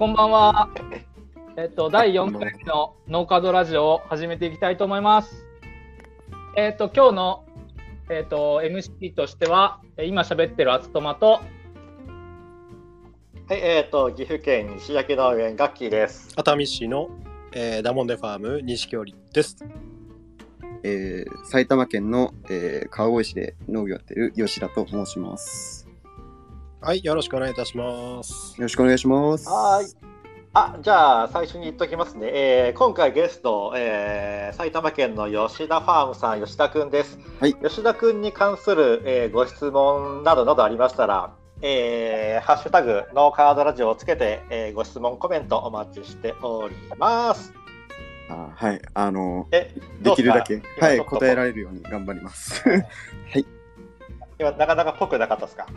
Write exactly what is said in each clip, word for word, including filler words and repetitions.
こんばんは。えっと、だいよんかいめのノーカードラジオを始めていきたいと思います。えっと、今日の、えっと、エムシー としては、今喋ってるあつとまと、 はい、えっと、岐阜県西焼農園ガッキーです。 熱海市の、えー、ダモンデファーム西京里です。 えー、埼玉県の、えー、川越市で農業やってる吉田と申します。 はい、よろしくお願いいたします。 よろしくお願いします。 はい。あ、じゃあ最初に言っときますね。えー、今回ゲスト、えー、埼玉県の吉田ファームさん、吉田くんです。はい。吉田くんに関する、えー、ご質問などなどありましたら、えー、ハッシュタグノーカードラジオをつけて、えー、ご質問コメントお待ちしております。 あ、はい、あのえできるだけ、はい、答えられるように頑張ります。はい。 今なかなかぽくなかったですか？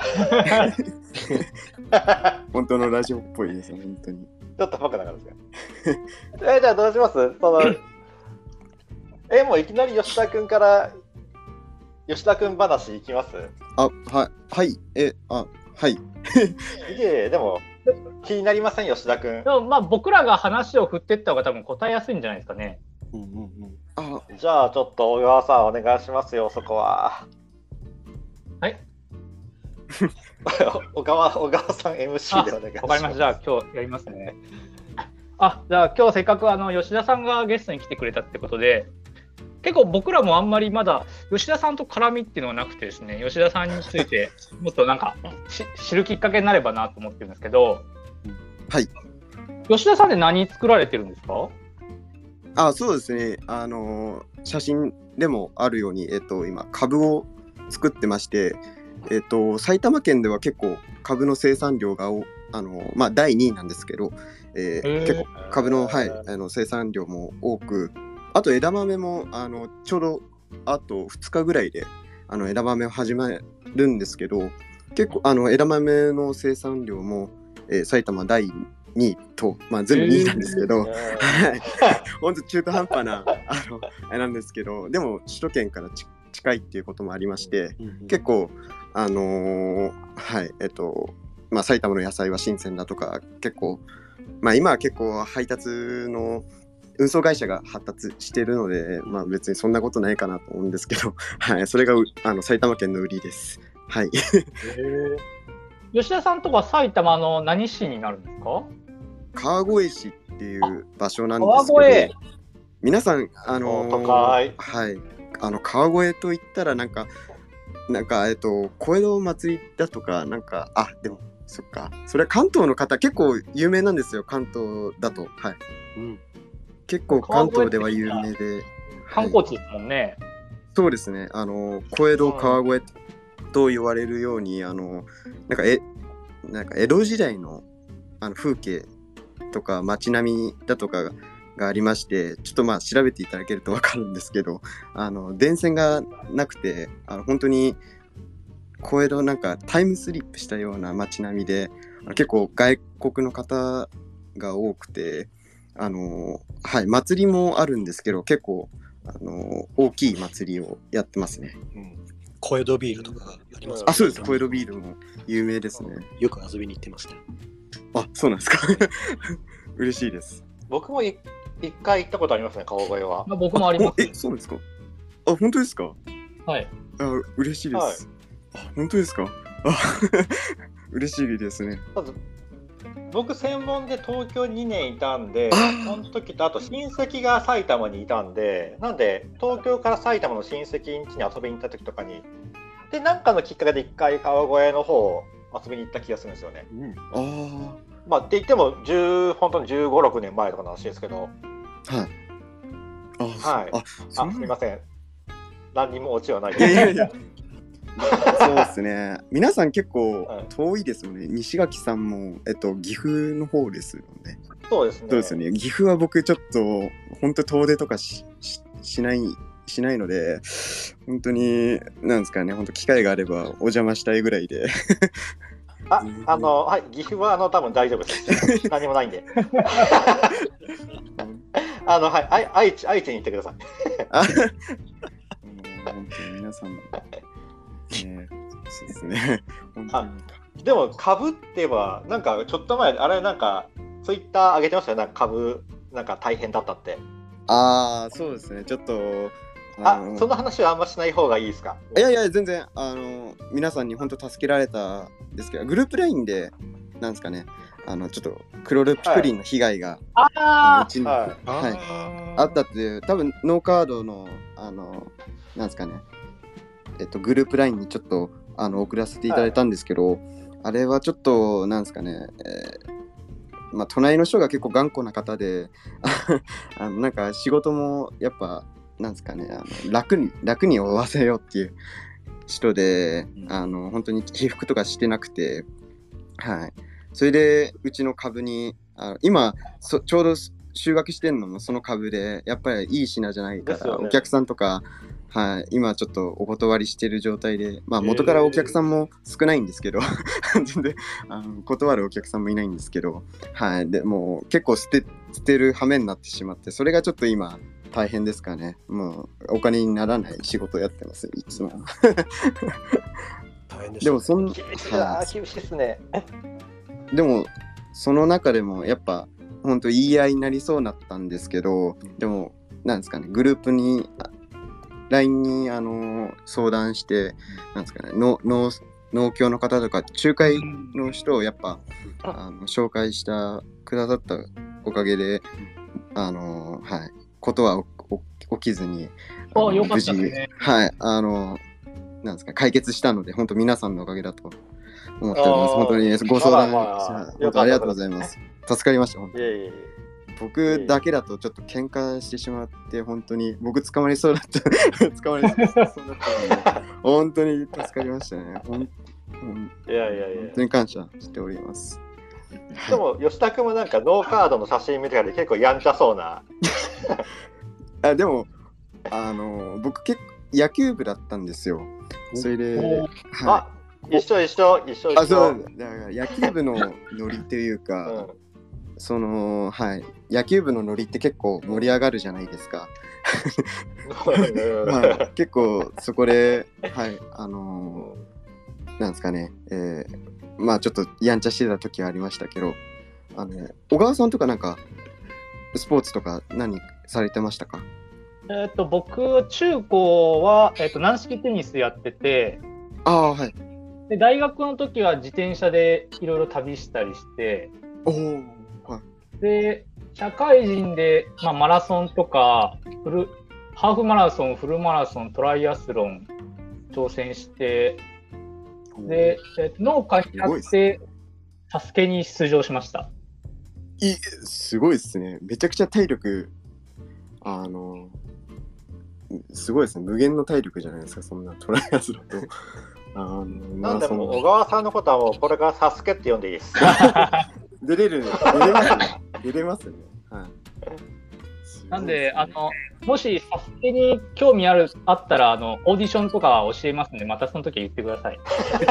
本当のラジオっぽいですよ、本当に。 ちょっとぽくなかったですか？え、じゃあどうします？そのえ、もういきなり吉田くんから吉田くん話いきます？ あ、はい、はい、え、あ、はい。いえ、でも気になりません、吉田くん。 でもまあ僕らが話を振っていった方が多分答えやすいんじゃないですかね。 うんうんうん。あ、 じゃあちょっと小川さんお願いしますよ、そこは。 はい。 小川、小川さん エムシー でお願いします。 わかりました。じゃあ今日やりますね。あ、じゃあ今日せっかくあの吉田さんがゲストに来てくれたってことで、結構僕らもあんまりまだ吉田さんと絡みっていうのはなくてですね、吉田さんについてもっとなんか知るきっかけになればなと思ってるんですけど、 はい。 吉田さんって何作られてるんですか？ あ、そうですね。あの写真でもあるように、えっと今株を作ってまして、えっと埼玉県では結構株の生産量がおあのまあだいにいなんですけど、えー、結構株の、はい、あの生産量も多く、あと枝豆もあのちょうどあとふつかぐらいであの枝豆を始めるんですけど、結構あの枝豆の生産量も、えー、埼玉だいにいと、まあ、全部にいなんですけど、本当中途半端なあのあれなんですけど、でも首都圏からち近いっていうこともありまして、うんうん、結構あのー、はいえっとまあ埼玉の野菜は新鮮だとか、結構まあ今は結構配達の運送会社が発達しているので、まあ別にそんなことないかなと思うんですけど、はい、それがあの埼玉県の売りです。はい。 吉田さんとか埼玉の何市になるんですか？ 川越市っていう場所なんですけど、皆さんあのー、はい、あの川越といったらなんかなんかえっと小江戸祭りだとか、なんかあでもそっか、それは関東の方結構有名なんですよ、関東だと。はい、うん、結構関東では有名で観光地ですもんね。 はい、そうですね。あの小江戸川越と言われるように、あのなんかえなんか江戸時代のあの風景とか街並みだとかがありまして、ちょっとまあ調べていただけると分かるんですけど、あの電線がなくて、あの本当に小江戸なんかタイムスリップしたような街並みで、結構外国の方が多くて、あのはい、祭りもあるんですけど、結構あの大きい祭りをやってますね。うん、 小江戸ビールとかがあります、ね。 あ、そうです。小江戸ビールも有名ですね。 よく遊びに行ってました。 あ、そうなんですか。嬉しいです。 僕も一回行ったことありますね、川越は。 まあ、僕もあります。 え、そうですか。あ、本当ですか。 はい。 あ、嬉しいです。はい、あ、本当ですか。あ、嬉しいですね。 まず僕専門で東京にねんいたんで、その時とあと親戚が埼玉にいたんで、なんで東京から埼玉の親戚ん家に遊びに行った時とかに、でなんかのきっかけで一回川越の方遊びに行った気がするんですよね。うん、ああ。まあって言ってもじゅう本当にじゅうご、ろくねんまえとかの話ですけど。はい。あ、はい。あ、あ、すみません。何にもオチはないです。いやいやいや。 そうですね。皆さん結構遠いですよね。西垣さんもえっと岐阜の方ですよね。 そうですね。 そうですよね。岐阜は僕ちょっと本当遠出とか し, し, しないしないので、本当になんですかね。本当機会があればお邪魔したいぐらいで。 あ、あのはい、岐阜はあの多分大丈夫です。何もないんで。あのはい、愛知愛知に行ってください。 あ、本当に皆さん。ね、そうですね。本当に。 でもかぶってはなんかちょっと前あれなんかツイッター上げてましたよ、なんか株なんか大変だったって。 ああ、そうですね。ちょっとあのその話はあんましない方がいいですか？ いやいや、全然あの皆さんに本当助けられたんですけど、グループラインでなんですかね、あのちょっとクロルピクリンの被害が、 はい、 あのうちに、 はいはい、あったっていう、多分ノーカードのあのなんですかね、えっとグループラインにちょっとあの送らせていただいたんですけど、はい、あれはちょっとなんですかね、えーまあ、隣の人が結構頑固な方であのなんか仕事もやっぱなんですかね、あの楽に楽に負わせようっていう人で、うん、あの本当に起伏とかしてなくて、はい、それでうちの株にあの今そちょうど就学してるのもその株で、やっぱりいい品じゃないから、ね、お客さんとか、はい、今ちょっとお断りしてる状態で、まあ、元からお客さんも少ないんですけど、えー、全然あの断るお客さんもいないんですけど、はい、でもう結構捨て捨てる羽目になってしまって、それがちょっと今大変ですかね。もうお金にならない仕事をやってます、いつも。 大変でしょうね。 でもそん厳しいな、厳しいですね。 でもその中でもやっぱ本当言い合いになりそうになったんですけど、でもなんですかね、グループに ライン にあの相談して、なんですかね、農農農協の方とか仲介の人をやっぱあの紹介したくださったおかげで、あのはい、ことは起きずに、 ああ、よかったですね。 はい、あのなんですか、解決したので、本当皆さんのおかげだと思っております。本当にご相談、まあまあ、本当ありがとうございます。助かりました。本当に。いえいえ、僕だけだとちょっと喧嘩してしまって、本当に僕捕まりそうだった捕まりそうだったので、本当に助かりましたね。ほんいやいやいや、 本当に感謝しております。 でも吉田君もなんかノーカードの写真見てから結構やんちゃそうな。 あ、でもあの僕結構野球部だったんですよ。それで、はい、 あ、一緒一緒一緒一緒。 あ、そうだから野球部のノリというか、うん、そのはい野球部のノリって結構盛り上がるじゃないですか。はい、結構そこではいあのー、なんですかね、えー、まあちょっとやんちゃしてた時はありましたけど、あの小川さんとかなんかスポーツとか何されてましたか？ えっと僕中高は、えー、と軟式テニスやってて、 ああ、はい。 で大学の時は自転車でいろいろ旅したりして、 おお、はい。 で社会人で、まあ、マラソンとかフルハーフマラソン、フルマラソン、トライアスロン挑戦して、で、えー、と農家になってサスケに出場しました。 いすごいですね。めちゃくちゃ体力、あのすごいですね。無限の体力じゃないですか、そんなトライアスロンと。あのなんでも小川さんのことはもうこれからサスケって呼んでいいです。 出れる、出れますね。出れますね。はい。 なんで、あのもしサスケに興味あるあったらあのオーディションとかは教えますので、またその時は言ってください。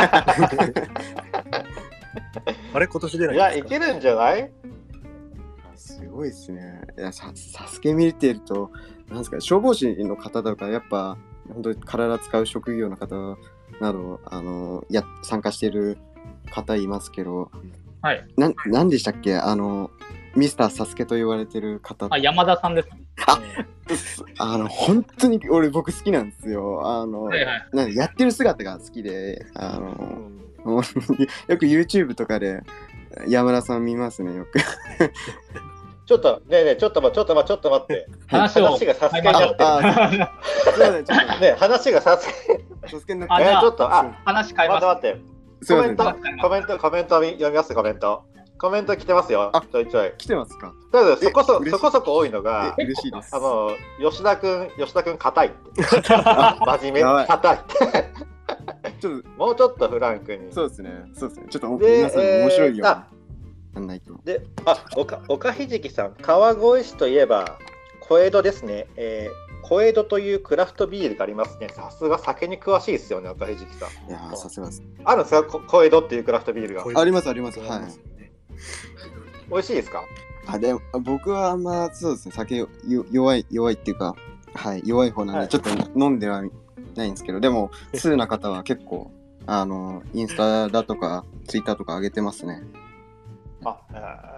あれ今年出ないんですか？ いや、いけるんじゃない？ すごいですね。いや、サスケ見てると、なんですか、消防士の方とかやっぱ本当に体使う職業の方などあのや参加している方いますけど、 はい。 ななんでしたっけ、あのミスターサスケと言われてる方。 あ、山田さんです。 あ、あの本当に俺僕好きなんですよ。あの、はいはい、なんやってる姿が好きで、あの、うん、よく YouTube とかで山田さん見ますね、よく。 ちょっとねえねえちょっと待ってちょっと待ってちょっと待って話話がサスケになってる。ね話がサスケサスケになってる。ちょっとあ話変えます。待って待って。コメントコメントコメント読みます。コメントコメント来てますよ。ちょいちょい来てますか。 ただそこそそこそこ多いのが嬉しいです。 あの吉田くん吉田くん硬いって。真面目硬い。ちょっともうちょっとフランクに。 そうですね。そうですね。ちょっと皆さん面白いよ。ないとで、あ、岡岡ひじきさん、川越市といえば小江戸ですね、えー、小江戸というクラフトビールがありますね。さすが酒に詳しいですよね、岡ひじきさん。 いやさすがです。 あるんですか、小江戸っていうクラフトビールが。 ありますあります。はい。 美味しいですか？ あ、でも僕はまあそうですね、酒弱い弱いっていうか、はい弱い方なんで、はい、ちょっと飲んではないんですけど、でも通な方は結構あのインスタだとかツイッターとか上げてますね。 あ、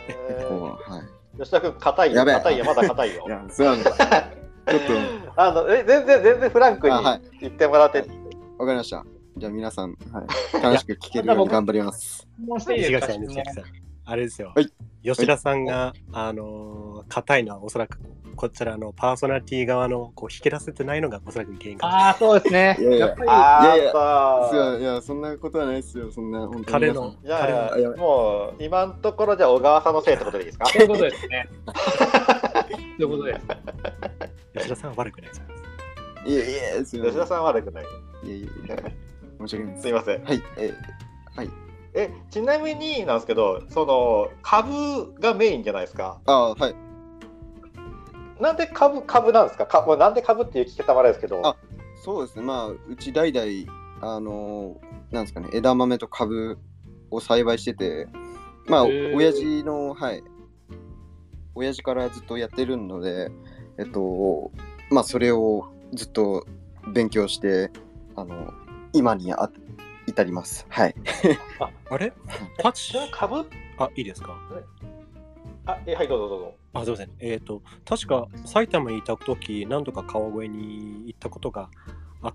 結構は、はい。 吉田君硬いよ。 やべえ硬いよ。まだ硬いよい。や、そうなんだ。ちょっあのえ全然全然フランクにあはい言ってもらって。 と、わかりました。じゃあ皆さん、はい、楽しく聞けるように頑張ります。 質問していいですか？ 西垣さん、西垣さん。あれですよ。 はい吉田さんが、あのー、硬いのはおそらく、こちらのパーソナリティ側のこう引き出せてないのがおそらく原因かもしれない。 ああ、そうですね。 いやいややっぱりあいやいやあいやいや、そんなことはないですよ。そんな、本当に彼の皆さん。 じゃあやあばいもう今のところじゃあ小川さんのせいってことでいいですか？ そういうことですね。そういうことです。 吉田さんは悪くないです。 いやいや、すいません。 吉田さんは悪くない。 いやいやいや、申し訳ないです。 すいません。 はい、えー、はい。 えちなみになんですけど、その株がメインじゃないですか。 あーはい。 なんで株株なんですか？株なんで株っていう聞き方もあれですけど。 あそうですね、まあ、うち代々、あのーなんですかね、枝豆と株を栽培してて、まあ、 へー親父の、はい、親父からずっとやってるので、えっと、まあ、それをずっと勉強して、あの、今にあ至ります。はい。 あれパチちなみに株あ、いいですか？ あえはいどうぞどうぞ。 あ、すいません。えっ、と、確か埼玉にいた時、何度か川越に行ったことがあって、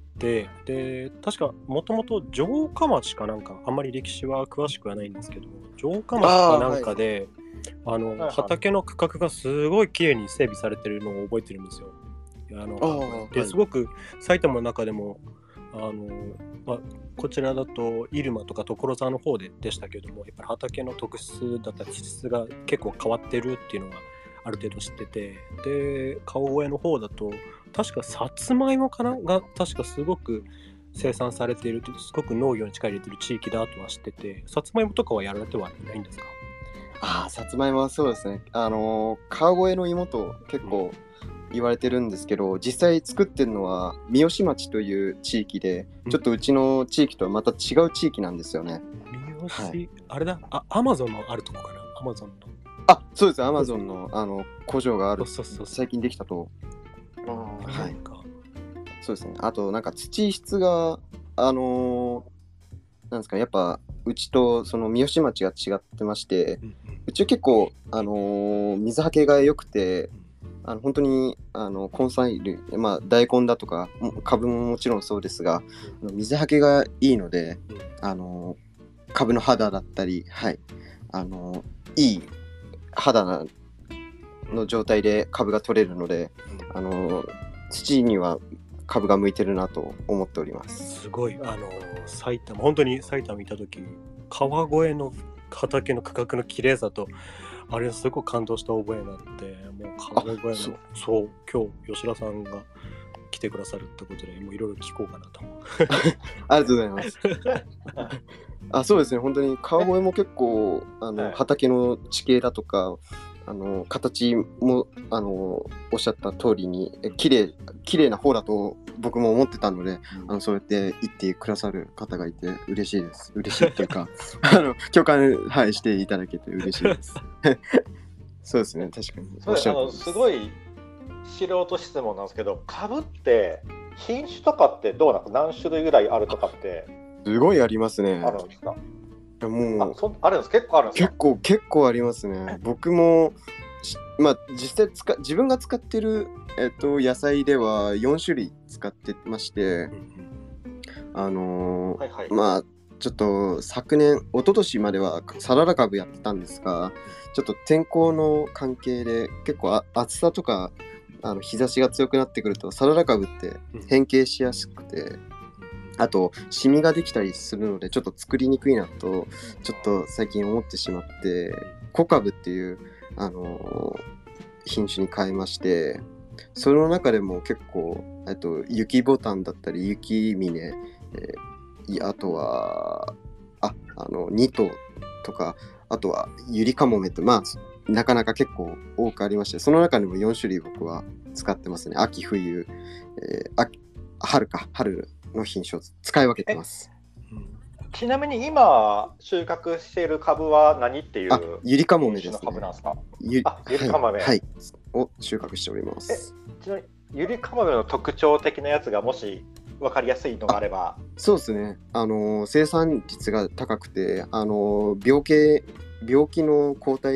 で、確かもともと城下町かなんか、あんまり歴史は詳しくはないんですけど、城下町かなんかで、あの、 はいはい畑の区画がすごい綺麗に整備されてるのを覚えてるんですよ。あのあですごく埼玉の中でも、あのまあ、こちらだと入間とか所沢の方ででしたけども、やっぱり畑の特質だったり地質が結構変わってるっていうのがある程度知ってて、で川越の方だと確かさつまいもかなが確かすごく生産されている、すごく農業に力入れてる地域だとは知ってて、さつまいもとかはやられてはいないんですか？ ああ、さつまいもはそうですね。あのー川越の芋と結構言われてるんですけど、実際作ってるのは三好町という地域で、ちょっとうちの地域とはまた違う地域なんですよね。 三好、 はいあれだ、あ、アマゾンのあるとこかな、アマゾンの。 あ、そうです。アマゾンのあの工場がある。 そうそうそう最近できたと。 うんはいなんかそうですね。あとなんか土質があのーなんですかね、やっぱうちとその三好町が違ってまして、 うんうんうちは結構あのー水はけが良くて、あの本当にあの根菜類、まあ大根だとかも株ももちろんそうですが、あの水はけがいいので、 うんあのー株の肌だったり、はい、あのーいい肌なの状態で株が取れるので、あのー土には株が向いてるなと思っております。 すごい、あの埼玉、本当に埼玉にいた時、川越の畑の区画の綺麗さと、あれすごく感動した覚えがあって、もう川越の、 あそうそう、今日吉田さんが来てくださるってことで、もういろいろ聞こうかなと。 ありがとうございます。あ、そうですね。本当に川越も結構あの、 はい畑の地形だとか、あの形もあのおっしゃった通りにえ綺麗綺麗な方だと僕も思ってたので、あのそうやって言ってくださる方がいて嬉しいです。嬉しいっていうかあの共感、はい、していただけて嬉しいです。そうですね。確かにそれあのおっしゃる通りですすごい素人質問なんですけど、株って品種とかってどうなんですか？何種類ぐらいあるとかってすごいありますね。 あるんですか？ いやもうあそあるんです結構あるんですか？ 結構結構ありますね。僕もしまあ実際使自分が使ってる、えっと、野菜ではよん種類使ってまして、あのーはいはい。 まあちょっと昨年一昨年まではサラダ株やってたんですが、ちょっと天候の関係で結構あ暑さとかあの日差しが強くなってくるとサラダ株って変形しやすくて、あとシミができたりするのでちょっと作りにくいなとちょっと最近思ってしまって、小株っていう、あのー品種に変えまして、その中でも結構えっと雪ボタンだったり雪峰、えーいあとはああのニトとか、あとはユリカモメと、まあなかなか結構多くありまして、その中でもよん種類僕は使ってますね。秋冬、えー秋春か春の品種を使い分けてます。 ちなみに今収穫している株は何っていうあ、ユリカモメ品種のですね。 株なんですか？ ゆあユリカモメはい、はい、を収穫しております。 ちなみにユリカモメの特徴的なやつがもし分かりやすいのがあれば。 そうですね。あのー生産率が高くて、あのー病気病気の抗体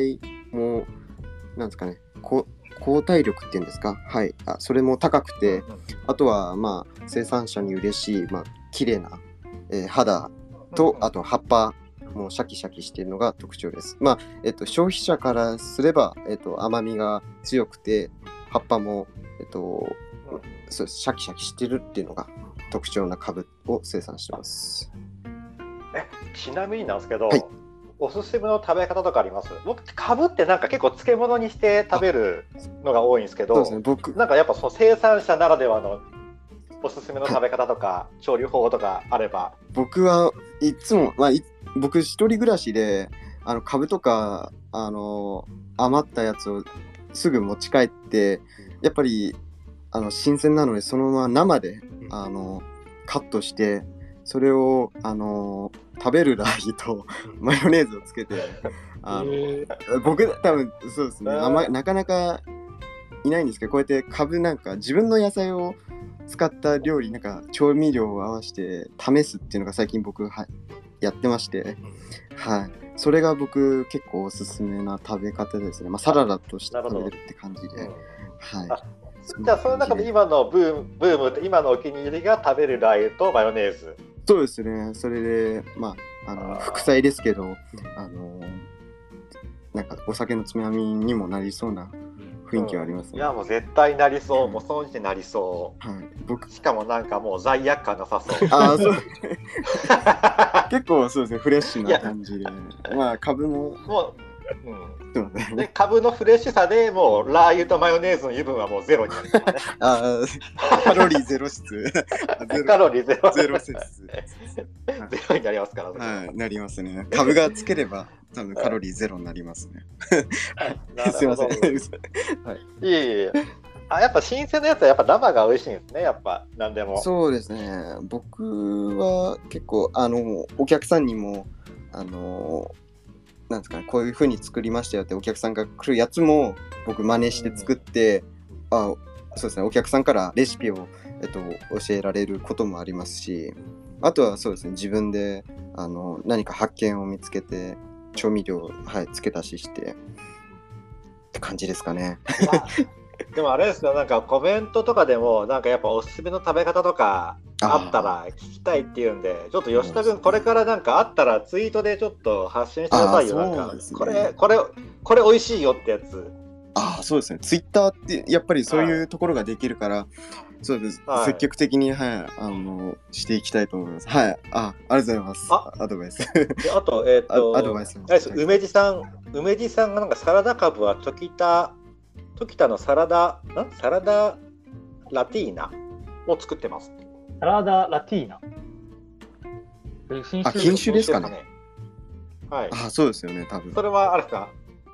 もなんですかね、こ抗体力っていうんですか、はい、あそれも高くて、あとはまあ生産者に嬉しい、まあ綺麗な、えー肌と、あと葉っぱもうシャキシャキしているのが特徴です。まあ、えっと、消費者からすれば、えっと、甘みが強くて、葉っぱも、えっと、そうシャキシャキしてるっていうのが特徴な株を生産してます。 えちなみになんですけど、 はい、 おすすめの食べ方とかあります？僕株ってなんか結構漬物にして食べるのが多いんですけど、 そうですね、僕なんかやっぱその生産者ならではのおすすめの食べ方とか、はい、調理法とかあれば。僕はいつも、まあ、い僕一人暮らしであの株とかあの余ったやつをすぐ持ち帰って、やっぱりあの新鮮なのでそのまま生であのカットして、それをあの食べるラー油とマヨネーズをつけてあの、えー、僕多分そうですね、あんまなかなかいないんですけど、こうやって株なんか自分の野菜を使った料理なんか調味料を合わせて試すっていうのが最近僕はやってまして、はい、それが僕結構おすすめな食べ方ですね。まあ、サラダとして食べるって感じで、うん、はい。 じゃあその中で今のブーム、ブームって今のお気に入りが食べるラー油とマヨネーズ。 そうですね。それでまああの副菜ですけど、あのなんかお酒のつまみにもなりそうな雰囲気はありますね。 うん、いやもう絶対なりそう、うん、もうその時点なりそう、 はい、僕しかもなんかもう罪悪感なさそう。 あそう結構そうですね、フレッシュな感じで、まあ株ももう、うんね、で株のフレッシュさでもうラー油とマヨネーズの油分はもうゼロになるからね。 あカロリーゼロ質カロリーゼロゼロ質ゼロになりますから、 はい、なりますね。株がつければ多分カロリーゼロになりますね。すいません。はい、 いえいえ。あ、やっぱ新鮮なやつはやっぱ生が美味しいんですね。やっぱ何でも。 そうですね。僕は結構あのお客さんにもあのなんですかね、こういう風に作りましたよってお客さんが来るやつも僕真似して作って、うん、あ、そうですね、お客さんからレシピを、えっと、教えられることもありますし、あとはそうですね、自分であの何か発見を見つけて調味料、はい、つけ足ししてって感じですかね。 でもあれですよ、なんかコメントとかでもなんかやっぱおすすめの食べ方とかあったら聞きたいっていうんで、ちょっと吉田君これからなんかあったらツイートでちょっと発信してくださいよ。なんかこれこれこれ美味しいよってやつ。 ああ、そうですね。ツイッターってやっぱりそういうところができるから、はい、そうです、はい。積極的に、はい、あのしていきたいと思います。はい。あ、ありがとうございます。あ、アドバイス。 あとえっ、ー、とアドバイス。 梅地さん、梅地さんがなんかサラダ株はチョキタトキタのサラダんサラダラティーナを作ってます。 サラダラティーナ。 品種あ、品種ですかね。 はい。 あ、そうですよね、多分。 それはあれですか。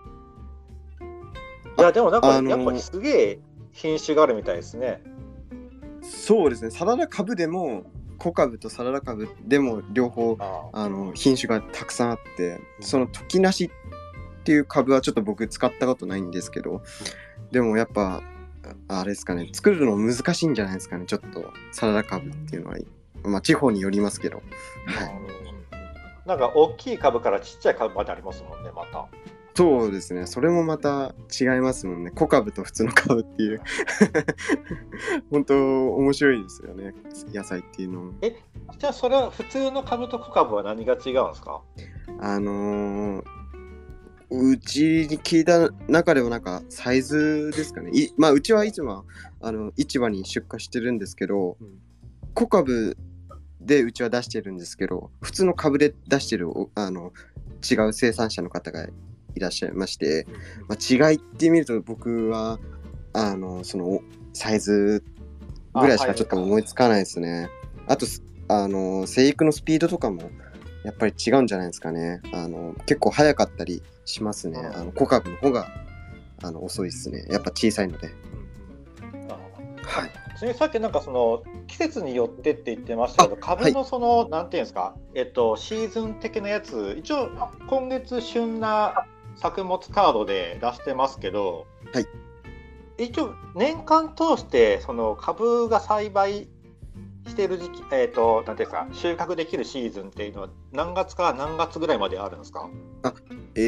いやでもなんか、あのー、やっぱすげえ品種があるみたいですね。 そうですね。サラダ株でも小株とサラダ株でも両方ああの品種がたくさんあって、その時なしっていう株はちょっと僕使ったことないんですけど、でもやっぱあれですかね、作るの難しいんじゃないですかね、ちょっとサラダ株っていうのは、まあ地方によりますけど、はい、 なんか大きい株からちっちゃい株までありますもんね、また。 そうですね、それもまた違いますもんね、小株と普通の株っていう本当面白いですよね、野菜っていうのも。 え、じゃあそれは普通の株と小株は何が違うんですか？ あのーうちに聞いた中でもなんかサイズですかね。いまあうちはいつもあの市場に出荷してるんですけど、うん、小株でうちは出してるんですけど、普通の株で出してるあの違う生産者の方がいらっしゃいまして、まあ、違いって見ると僕はあのそのサイズぐらいしかちょっと思いつかないですね。あ, あとあの生育のスピードとかもやっぱり違うんじゃないですかね。あの結構早かったりしますね。あの小株の方があの遅いですね。やっぱ小さいので。 はい。ちなみにさっきなんかその季節によってって言ってましたけど、株のその、はい、なんていうんですか、えっとシーズン的なやつ、一応今月旬な作物カードで出してますけど、 はい。 一応年間通してその株が栽培してる時期、えーと、なんていうか収穫できるシーズンっていうのは何月から何月ぐらいまであるんですか？ あ、えー、っ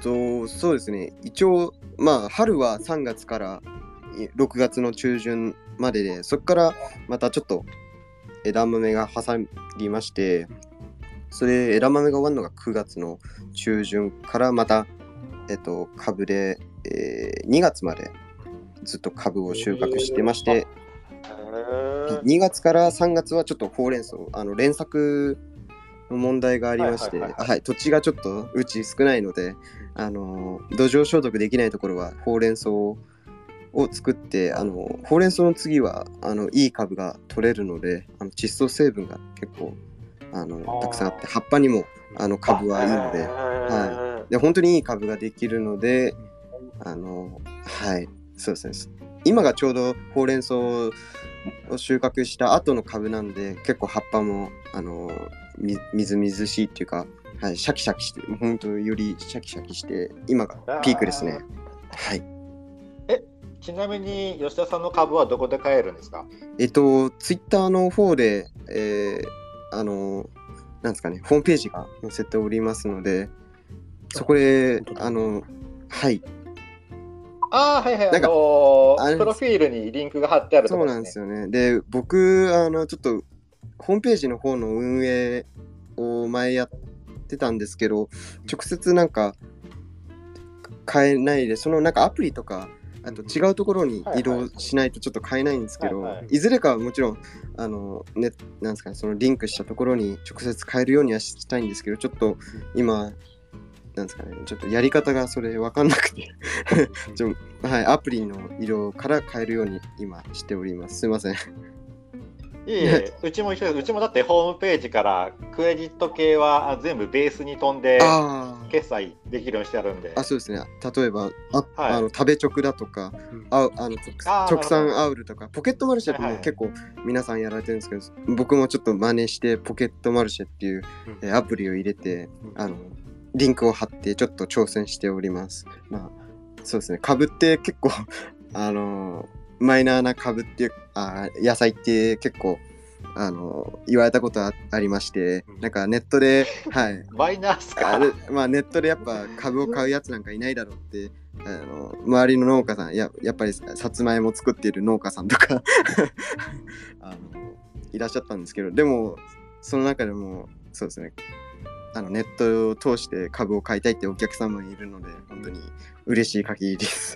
とそうですね、一応まあ春はさんがつからろくがつの中旬までで、そこからまたちょっと枝豆が挟みまして、それ枝豆が終わるのがくがつの中旬からまたえっと株で、えー、にがつまでずっと株を収穫してまして、にがつからさんがつはちょっとほうれん草、あの連作の問題がありまして、はいはいはいはい、土地がちょっとうち少ないので、あの土壌消毒できないところはほうれん草を作って、あのほうれん草の次はあのいい株が取れるので、あの窒素成分が結構あのたくさんあって、葉っぱにもあの株はいいので、はい、で本当にいい株ができるので、あのはいそうですね、今がちょうどほうれん草を収穫した後の株なんで、結構葉っぱもあのみみずみずしいっていうか、はい、シャキシャキして、本当よりシャキシャキして今がピークですね。はい。 えちなみに吉田さんの株はどこで買えるんですか？ えっとツイッターの方で、えー、あのなんですかね、ホームページが載せておりますので、そこであのはいああはいはい、なんかあのー、プロフィールにリンクが貼ってあるところですね。 そうなんですよね。で僕あのちょっとホームページの方の運営を前やってたんですけど、直接なんか買えないで、そのなんかアプリとかあと違うところに移動しないとちょっと買えないんですけど、はいはい、いずれかはもちろんあの、ね、なんですかね、そのリンクしたところに直接買えるようにはしたいんですけど、ちょっと今なんですかね、ちょっとやり方がそれ分かんなくてちょ、はい、アプリの色から変えるように今しております。すいません。 いえいえ、うちも一緒です。うちもだってホームページからクレジット系は全部ベースに飛んで決済できるようにしてあるんで。 あ、そうですね。例えばあ、はい、あの食べ直だとか、うん、ああの直産アウルとかポケットマルシェっても結構皆さんやられてるんですけど、はいはい、僕もちょっと真似してポケットマルシェっていう、うん、アプリを入れて、うん、あのリンクを貼ってちょっと挑戦しております。まあそうですね。株って結構あのマイナーな株っていうあ野菜って結構あの言われたことありまして、なんかネットではいマイナーっすか？ まあネットでやっぱ株を買うやつなんかいないだろうってあの周りの農家さんややっぱりさつまいも作っている農家さんとかあのいらっしゃったんですけど、でもその中でもそうですね、あのネットを通して株を買いたいってお客様がいるので本当に嬉しい限りです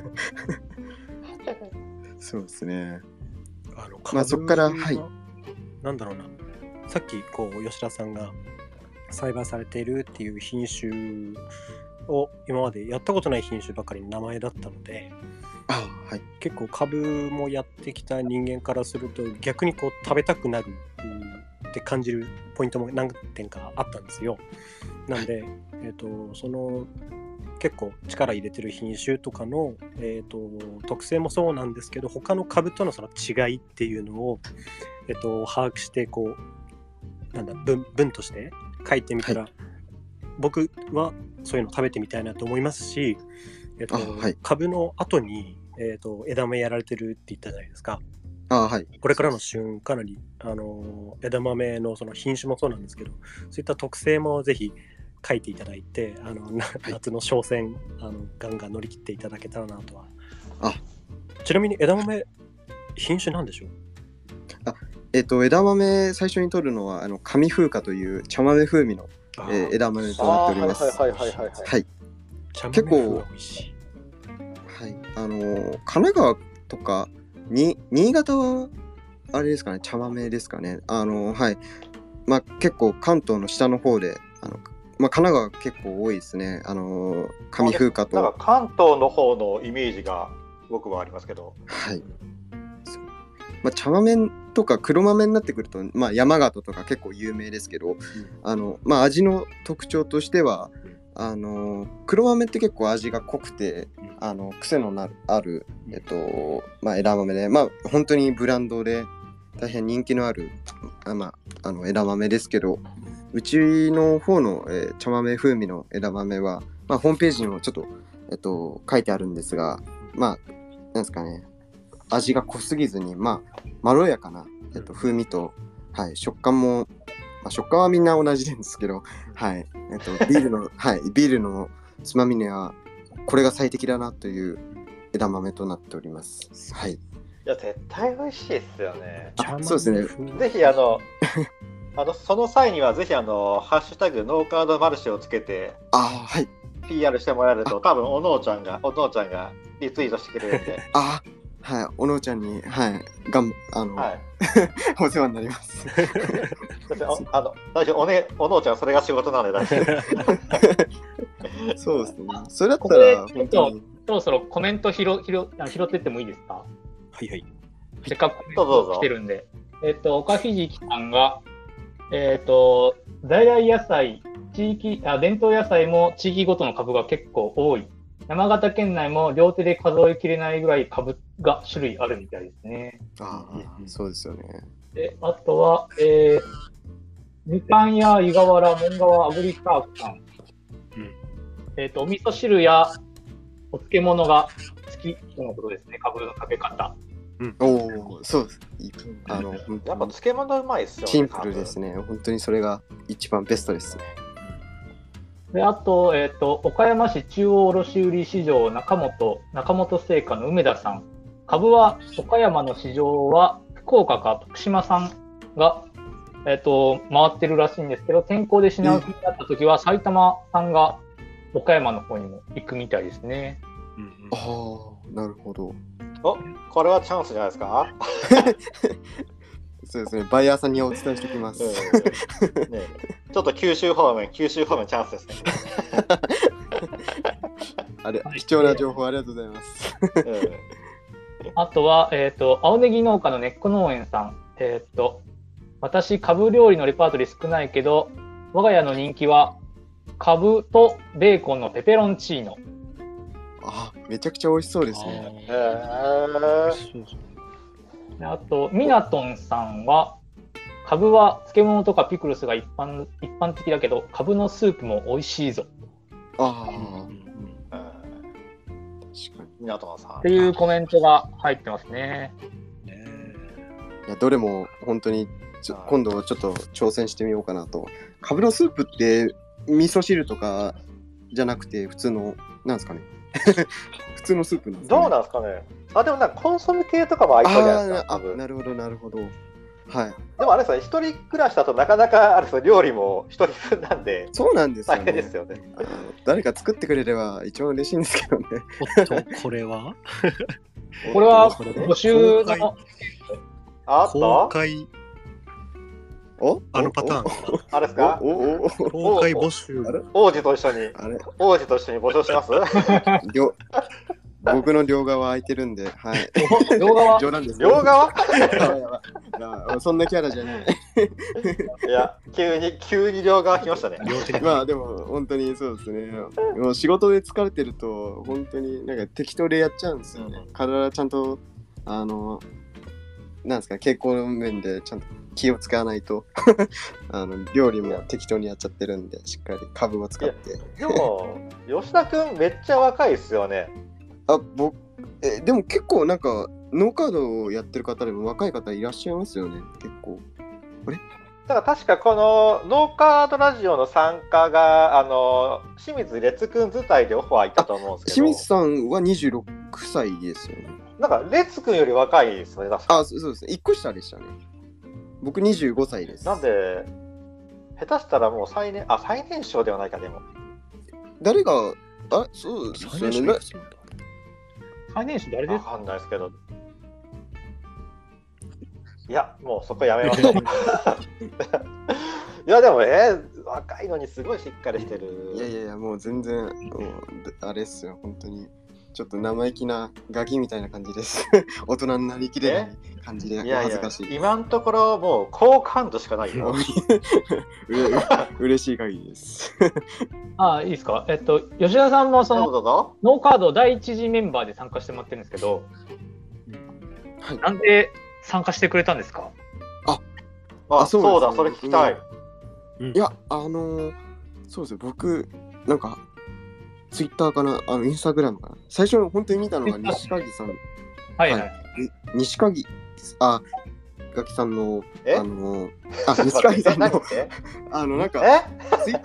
そうですね。 あのまあそこからはいなんだろうな、さっきこう吉田さんが栽培されているっていう品種を今までやったことない品種ばかりの名前だったので、 あ、はい、 結構株もやってきた人間からすると逆にこう食べたくなるって感じるポイントも何点かあったんですよ。なんで、えーと、その結構力入れてる品種とかの、えーと、特性もそうなんですけど、他の株とのその違いっていうのを、えーと、把握してこうなんだ 文, 文として書いてみたら、はい、僕はそういうの食べてみたいなと思いますし、えーとはい、株の後に、えーと、枝豆やられてるって言ったじゃないですか。 あ、はい、 これからの旬かなりあの枝豆のその品種もそうなんですけど、そういった特性もぜひ書いていただいて、あの夏の商戦、はい、あのガンガン乗り切っていただけたらなとは。 あ、 ちなみに枝豆品種なんでしょう？ あ、えっと枝豆最初に取るのはあの上風花という茶豆風味の、えー、枝豆となっております。 はいはいはいはいはい。 はい、結構美味しい。はい、あの神奈川とかに新潟はあれですかね、茶豆ですかね。あのはい、まあ結構関東の下の方であの。まあ、神奈川結構多いですね。あの上風花と。 なんか関東の方のイメージが僕はありますけど。 はい。まあ、茶豆とか黒豆になってくると、まあ、山形とか結構有名ですけど、うん、あのまあ、味の特徴としては、うん、あの黒豆って結構味が濃くて、うん、あの癖のなるある、えっとまあ、枝豆で、まあ、本当にブランドで大変人気のある、あ、まあ、あの枝豆ですけど、うちの方の、えー、茶豆風味の枝豆は、まあ、ホームページにもちょっと、えっと、書いてあるんですが、まあ、なんですかね、味が濃すぎずに、まあ、まろやかな、えっと、風味と、はい、食感も、まあ、食感はみんな同じなんですけど、はい、えっと、ビールの、はい、ビールのつまみにはこれが最適だなという枝豆となっております。はい。 いや絶対美味しいですよね。 あそうですね。 ぜひあのあのその際にはぜひあのハッシュタグノーカードマルシェをつけてあはいピーアール してもらえると多分おのおちゃんがおのおちゃんがリツイートしてくれるんで。 あはいおのおちゃんにはいがんあの、はい、お世話になります。 あの大丈夫おねおのおちゃんそれが仕事なんで大丈夫。 そうですね。それだったら本当にそろそろコメント拾拾拾ってってもいいですか？ はいはい。 せっかくコメント来てるんで。えっと、岡ひじきさんが、えっと、在来野菜、地域あ、伝統野菜も地域ごとの株が結構多い。山形県内も両手で数えきれないぐらい株が種類あるみたいですね。 ああ、そうですよね。 で、あとは、えー、みかんや湯河原、門川、炙りサークさん。うん、えっと、お味噌汁やお漬物が好きとのことですね、株のかけ方。 うん、おお、そうです。あの、 やっぱ漬物うまいですよね。 シンプルですね。本当にそれが一番ベストですね。 で、あと、えっと、岡山市中央卸売市場中本、中本製菓の梅田さん。株は岡山の市場は福岡か徳島さんが、えっと、回ってるらしいんですけど、天候で品薄になった時は埼玉さんが岡山の方にも行くみたいですね。 うんうん、ああ、なるほど。 お、これはチャンスじゃないですか。 そうですね、バイヤーさんにお伝えしておきます。 うんね、ちょっと九州方面、九州方面チャンスですね。 あれ、貴重な情報ありがとうございます。 うん、あとは、えっと、青ネギ農家の根っこ農園さん。えっと、私、カブ料理のレパートリー少ないけど、我が家の人気は、カブとベーコンのペペロンチーノ。 あ、めちゃくちゃ美味しそうですね。 へー。 あと、ミナトンさんは、カブは漬物とかピクルスが一般一般的だけど、カブのスープも美味しいぞ。 ああ、うん、 確かに。ミナトンさん。 っていうコメントが入ってますね。 いや、どれも本当にちょ今度ちょっと挑戦してみようかなと。カブのスープって味噌汁とかじゃなくて普通のなんですかね。普通のスープなんですかね。 どうなんですかね。あ、でもなんかコンソメ系とかも合いそうじゃないですか。 ああ、なるほどなるほど。はい。 でもあれですね、一人暮らしだとなかなかあれです料理も一人分なんで。 そうなんですよね。 大変ですよね。 あの誰か作ってくれれば一番嬉しいんですけどね。 おっと、これはこれは募集のあった公開おあのパターンあれですかおおお公開募集王子と一緒にあれ王子と一緒に募集します両僕の両側空いてるんで、はい。 両側冗談です、 両側そんなキャラじゃない。 いや、急に、急に両側来ましたね。 まあでも、本当にそうですね。もう仕事で疲れてると、本当になんか適当でやっちゃうんですよね。うん、体ちゃんと、あの、なんですか、健康面でちゃんと気を使わないと、あの料理も適当にやっちゃってるんで、しっかり株を使って。 でも、吉田くんめっちゃ若いですよね。 あ、僕、え、でも結構なんか、ノーカードをやってる方でも若い方いらっしゃいますよね、結構。あれだから確かこのノーカードラジオの参加が、あの、清水烈くん自体でオファーいたと思うんですけど。 清水さんはにじゅうろくさいですよね。 なんか、烈くんより若いですね、確か。 あ、そうですね。いっこ下でしたね。僕にじゅうごさいです。 なんで、下手したらもう最年、あ、最年少ではないか、でも。 誰が、あ、そうですよね。 最年少誰ですか？ わかんないですけど。いや、もうそこやめましょう。いや、でも、えー、若いのにすごいしっかりしてる。 いやいやいや、もう全然、もうあれっすよ、本当に。ちょっと生意気なガキみたいな感じです。大人になりきれない感じで恥ずかしい。 いやいや、今のところもう好感度しかないよ。 う嬉しい限りです。 ああ、いいですか。えっと、吉田さんもそのノーカード第一次メンバーで参加してもらってるんですけど、はい、なんで参加してくれたんですか？ あ、あ、そう、そうだ、それ聞きたい。 うん、いや、あのー、そうですよ、僕、なんか、ツイッターかな、あのインスタグラムかな。最初本当に見たのが西鍵さん。 はいはい。はい、 西鍵、あ、ガキさんの、あの、あ、西鍵さんの、あの、なんか、ツイ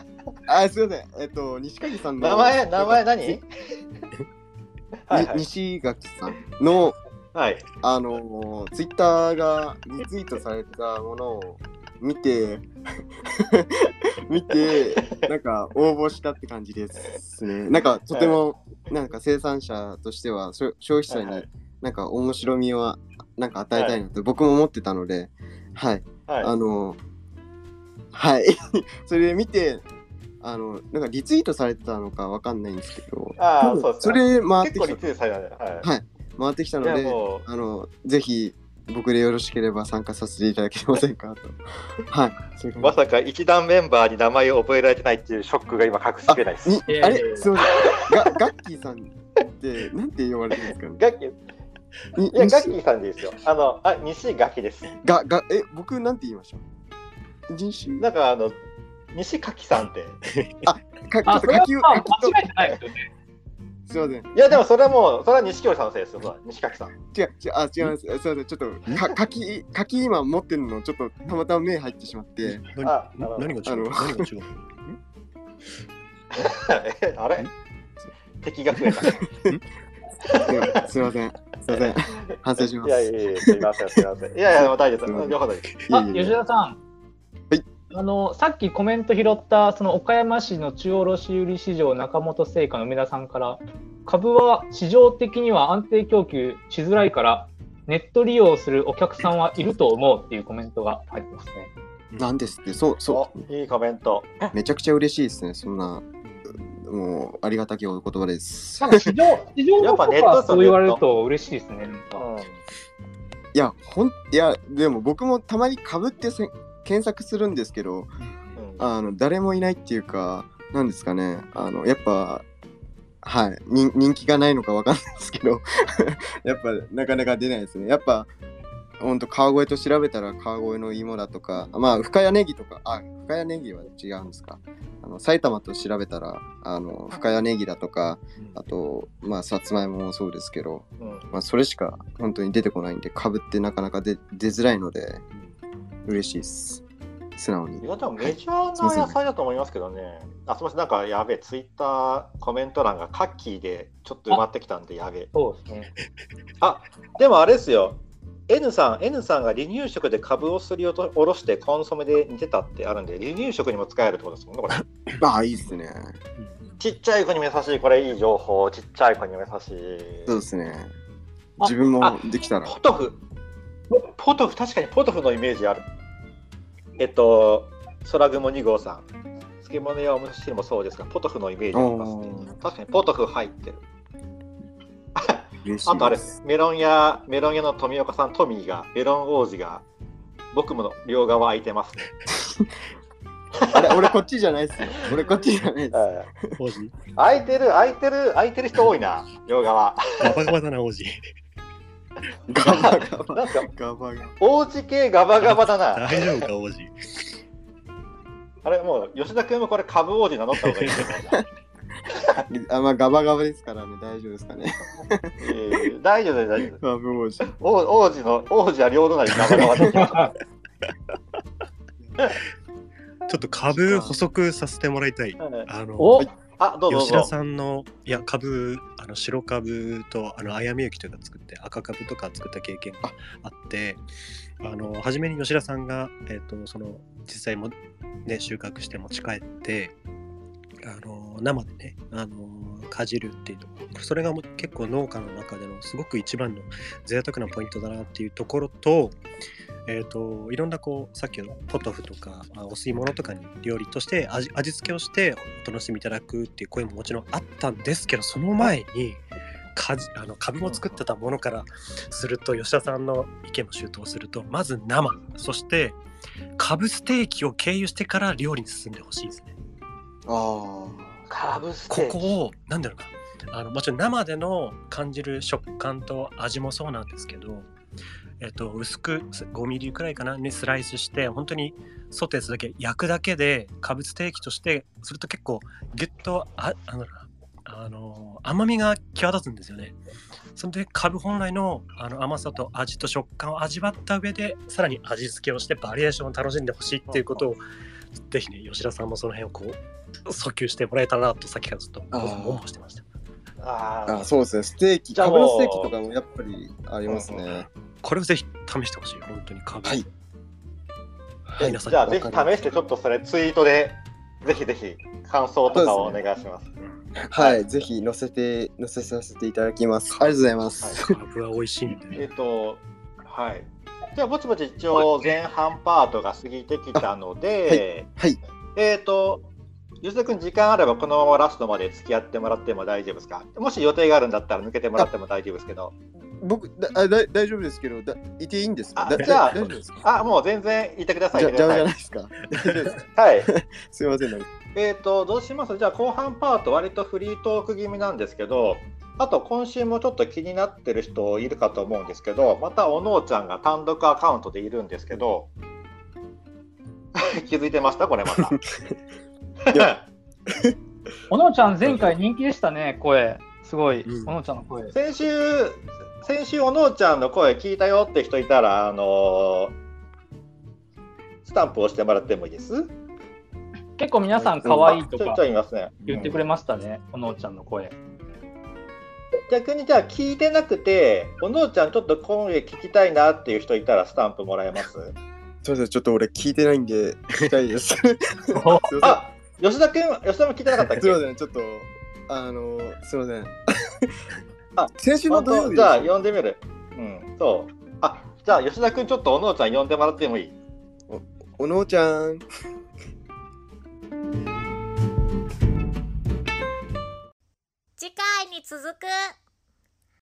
あ、すいません。えっと、西垣さんの。 名前、名前何にはいはい西垣さんの、 はい。 あのー、ツイッターがリツイートされたものを見て、見て、なんか応募したって感じですね。なんかとても、なんか生産者としては、しょ消費者になんか面白みはなんか与えたいなと僕も思ってたので、はい。 はい。 あのー、はい。それで見て、あの、なんかリツイートされてたのかわかんないんですけど、 ああ、そうですそか。 れ回ってきた結構リツイートされたね。はい。 はい、回ってきたので、 いやもうあの、ぜひ僕でよろしければ参加させていただけませんかと。はい。そういう感じまさか一段メンバーに名前を覚えられてないっていうショックが今隠しきれないです。 にいやいやいやあれすみません。ガガッキーさんってなんて呼ばれてるんですかね。 ガッキー、 にいや、ガッ西キーさんでいいですよ。あの、あ、西ガキです。 ががえ僕なんて言いました人種なんかあの、西垣さんって。 かちょあ、 っと書きをそれはまあ書きと間違えてないですよね。 すみません。 いや、でもそれはもう、それは西京さんのせいですよ。そうだ西垣さん。 違う違うあ違います。すみません。ちょっとか書き書き今持ってるのちょっとたまたま目入ってしまって。 何あなるほど何が違うあの何が違うえあれ敵が増えた。 すみません。すみません。反省します。 いやいやいや、すみません、すみません。いやいや、大丈夫です。両方大丈夫です。 あ、 いえいえいえ吉田さん。 はい。 あのさっきコメント拾ったその岡山市の中央卸売市場中本製菓の梅田さんから株は市場的には安定供給しづらいからネット利用するお客さんはいると思うっていうコメントが入ってますね。 なんですってそうそおいいコメント。 うめちゃくちゃ嬉しいですね。そんなもうありがたきお言葉です。 なんか市場市場のことやっぱネットですよはそう言われると嬉しいですね。なんかうんいやほんいやでも僕もたまに株ってせ検索するんですけど、 うんあの誰もいないっていうかなんですかねあのやっぱはい人人気がないのかわかんないですけどやっぱなかなか出ないですね。やっぱほんと川越と調べたら川越の芋だとかまあ深谷ネギとかあ深谷ネギは違うんですかあの埼玉と調べたらあの深谷ネギだとかあとまあさつまいももそうですけど、 うんまあ、それしか本当に出てこないんで株ってなかなか出出づらいので嬉しいです素直にいやでもメジャーな野菜だと思いますけどね。あ、すみません、なんかやべえ、ツイッターコメント欄がカッキーでちょっと埋まってきたんでやべえ。 そうですね。 あ、でもあれですよ。N さん、N さんが離乳食で株をすりおとおろしてコンソメで煮てたってあるんで、離乳食にも使えるってことですもんね、これ。 ああいいですねちっちゃい子にも優しい、これいい情報。ちっちゃい子にも優しい。 そうですねあ自分もできたらポトフ。ポトフ、確かにポトフのイメージある。えっと、空雲に号さん。漬物やお味噌汁もそうですが、ポトフのイメージありますね。確かにポトフ入ってる。 嬉しいあとあれです。メロン屋、メロン屋の富岡さん、トミーが、メロン王子が、僕もの両側空いてますね。 あれ俺こっちじゃないっすよ俺こっちじゃないっすはい王子空いてる、空いてる、空いてる人多いな、両側。 ガバガバだな王子ガバガバなんか、 ガバガバ王子系ガバガバだな。 大丈夫か王子あれ、もう、吉田君もこれ株王子名乗った方がいいですよ。 あまあガバガバですからね大丈夫ですかねえー大丈夫です、大丈夫です。 ガブ王子王王子の、王子は両隣ガバガバできました。 ちょっと株補足させてもらいたいあのおあ、どうぞどう吉田ぞ。 さんのいや株あの白株とあのあやめ雪とか作って赤株とか作った経験があってあの初めに吉田さんが、えー、とその実際も、ね、収穫して持ち帰ってあの生でねあのかじるっていうのそれがもう結構農家の中でのすごく一番の贅沢なポイントだなっていうところとえー、といろんなこうさっきのポトフとかお吸い物とかに料理として味、味付けをしてお楽しみいただくっていう声ももちろんあったんですけどその前にかじあの株も作ってたものからすると吉田さんの意見も周到するとまず生そして株ステーキを経由してから料理に進んでほしいですね。 あ株スこテーキ。 こをなんだろうなあのもちろん生での感じる食感と味もそうなんですけどえっと、薄くごミリくらいかなにスライスして本当にソテーするだけ焼くだけで株ステーキとしてすると結構ギュッとああのあの甘みが際立つんですよね。それで株本来のあの甘さと味と食感を味わった上でさらに味付けをしてバリエーションを楽しんでほしいっていうことをぜひね、吉田さんもその辺をこう訴求してもらえたらなとさっきからずっとあー思してました。 あーあ、そうですね。ステーキ、 じゃあカブのスもうテーキとかもやっぱりありますね。 これをぜひ試してほしい、本当に株。 はい。 え皆さんじゃあぜひ試してちょっとそれツイートでぜひぜひ感想とかをお願いします。 はい、ぜひ載せて、載せさせていただきます。ありがとうございます。 株は美味しいんでえね。 っとはい。じゃあぼちぼち一応前半パートが過ぎてきたので、 はい。 えっと吉田君時間あればこのままラストまで付き合ってもらっても大丈夫ですか？もし予定があるんだったら抜けてもらっても大丈夫ですけど。 僕、だあだ大丈夫ですけど、だいていいんですか？だあじゃあ大丈夫ですか？ あもう全然いてください。 じゃ邪魔じゃいないですか？大丈夫ですか？ はい。 すいません、なんかえーと、どうします？じゃあ後半パート割とフリートーク気味なんですけど、あと今週もちょっと気になってる人いるかと思うんですけど、またおのうちゃんが単独アカウントでいるんですけど、気づいてましたこれまた。 いやおのちゃん前回人気でしたね、声。すごい、 うんおのちゃんの声。 先週、先週おのうちゃんの声聞いたよって人いたら、あのースタンプを押してもらってもいいです？ 結構皆さん可愛いとかちょいちょいいますね。 言ってくれましたね、おのちゃんの声。 逆にじゃあ聞いてなくて、おのうちゃんちょっと声聞きたいなっていう人いたらスタンプもらえます？ すいません、ちょっと俺聞いてないんで、聞きたいです。すいまあ、吉田君、吉田も聞いてなかったっせん。 け？ すいません、ちょっと、あの、すいません。 あ先週の土曜日じゃあです呼んでみる。うん、そう。あ、じゃあ吉田君ちょっとおのうちゃん呼んでもらってもいい？ おのうちゃん。 次回に続く。